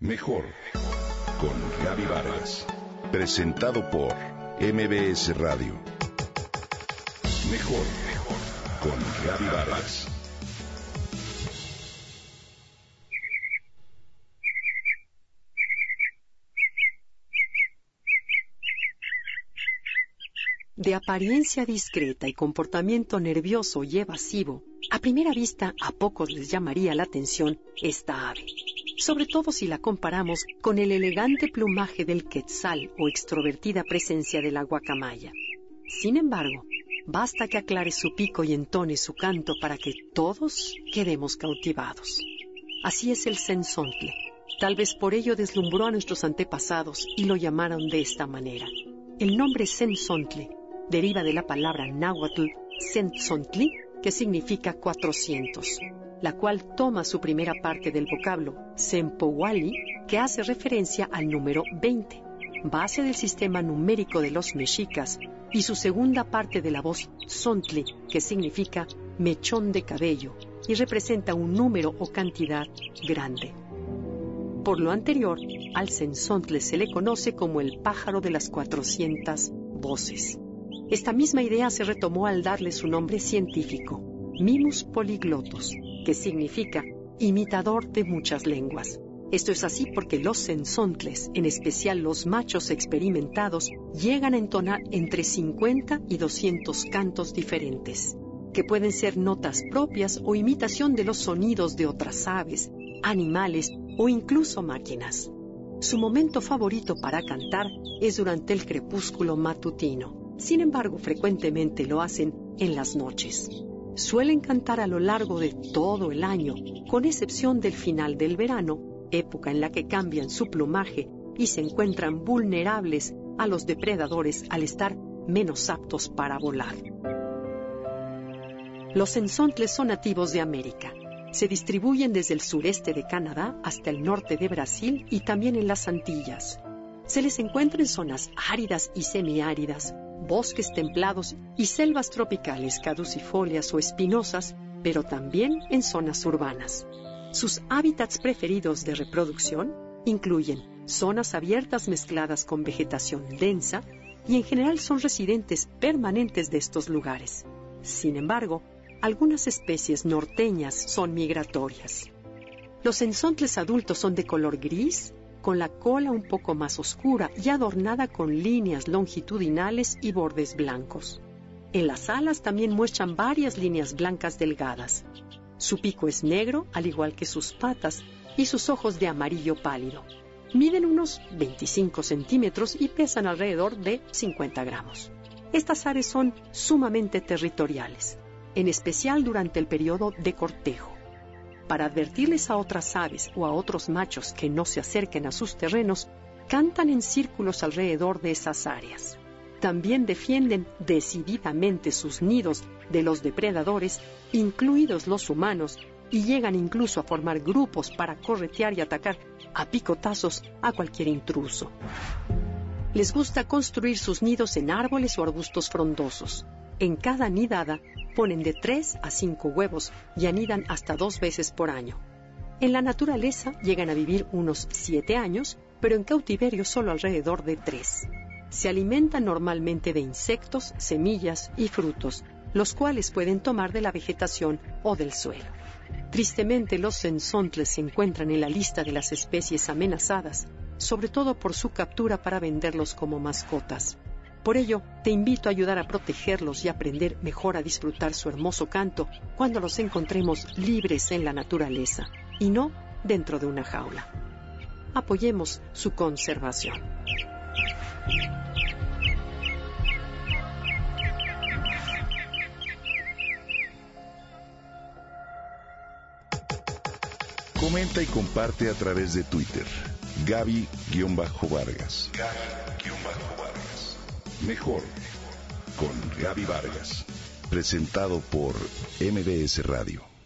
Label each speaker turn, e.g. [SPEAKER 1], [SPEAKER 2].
[SPEAKER 1] Mejor con Gaby Vargas. Presentado por MBS Radio. Mejor con Gaby Vargas.
[SPEAKER 2] De apariencia discreta y comportamiento nervioso y evasivo, a primera vista a pocos les llamaría la atención esta ave, sobre todo si la comparamos con el elegante plumaje del quetzal o extrovertida presencia de la guacamaya. Sin embargo, basta que aclare su pico y entone su canto para que todos quedemos cautivados. Así es el cenzontle. Tal vez por ello deslumbró a nuestros antepasados y lo llamaron de esta manera. El nombre cenzontle deriva de la palabra náhuatl centzontli, que significa 400, la cual toma su primera parte del vocablo cempouali, que hace referencia al número 20, base del sistema numérico de los mexicas, y su segunda parte de la voz zontli, que significa mechón de cabello, y representa un número o cantidad grande. Por lo anterior, al cenzontle se le conoce como el pájaro de las 400 voces. Esta misma idea se retomó al darle su nombre científico, Mimus polyglotos, que significa imitador de muchas lenguas. Esto es así porque los cenzontles, en especial los machos experimentados, llegan a entonar entre 50 y 200 cantos diferentes, que pueden ser notas propias o imitación de los sonidos de otras aves, animales o incluso máquinas. Su momento favorito para cantar es durante el crepúsculo matutino. Sin embargo, frecuentemente lo hacen en las noches. Suelen cantar a lo largo de todo el año, con excepción del final del verano, época en la que cambian su plumaje y se encuentran vulnerables a los depredadores al estar menos aptos para volar. Los cenzontles son nativos de América. Se distribuyen desde el sureste de Canadá hasta el norte de Brasil y también en las Antillas. Se les encuentra en zonas áridas y semiáridas, bosques templados y selvas tropicales caducifolias o espinosas, pero también en zonas urbanas. Sus hábitats preferidos de reproducción incluyen zonas abiertas mezcladas con vegetación densa y en general son residentes permanentes de estos lugares. Sin embargo, algunas especies norteñas son migratorias. Los cenzontles adultos son de color gris, con la cola un poco más oscura y adornada con líneas longitudinales y bordes blancos. En las alas también muestran varias líneas blancas delgadas. Su pico es negro, al igual que sus patas, y sus ojos de amarillo pálido. Miden unos 25 centímetros y pesan alrededor de 50 gramos. Estas aves son sumamente territoriales, en especial durante el periodo de cortejo. Para advertirles a otras aves o a otros machos que no se acerquen a sus terrenos, cantan en círculos alrededor de esas áreas. También defienden decididamente sus nidos de los depredadores, incluidos los humanos, y llegan incluso a formar grupos para corretear y atacar a picotazos a cualquier intruso. Les gusta construir sus nidos en árboles o arbustos frondosos. En cada nidada ponen de 3 a 5 huevos y anidan hasta 2 veces por año. En la naturaleza llegan a vivir unos 7 años, pero en cautiverio solo alrededor de 3. Se alimentan normalmente de insectos, semillas y frutos, los cuales pueden tomar de la vegetación o del suelo. Tristemente, los cenzontles se encuentran en la lista de las especies amenazadas, sobre todo por su captura para venderlos como mascotas. Por ello, te invito a ayudar a protegerlos y aprender mejor a disfrutar su hermoso canto cuando los encontremos libres en la naturaleza y no dentro de una jaula. Apoyemos su conservación.
[SPEAKER 1] Comenta y comparte a través de Twitter. Gaby-Vargas. Gaby-Vargas. Mejor con Gaby Vargas. Presentado por MBS Radio.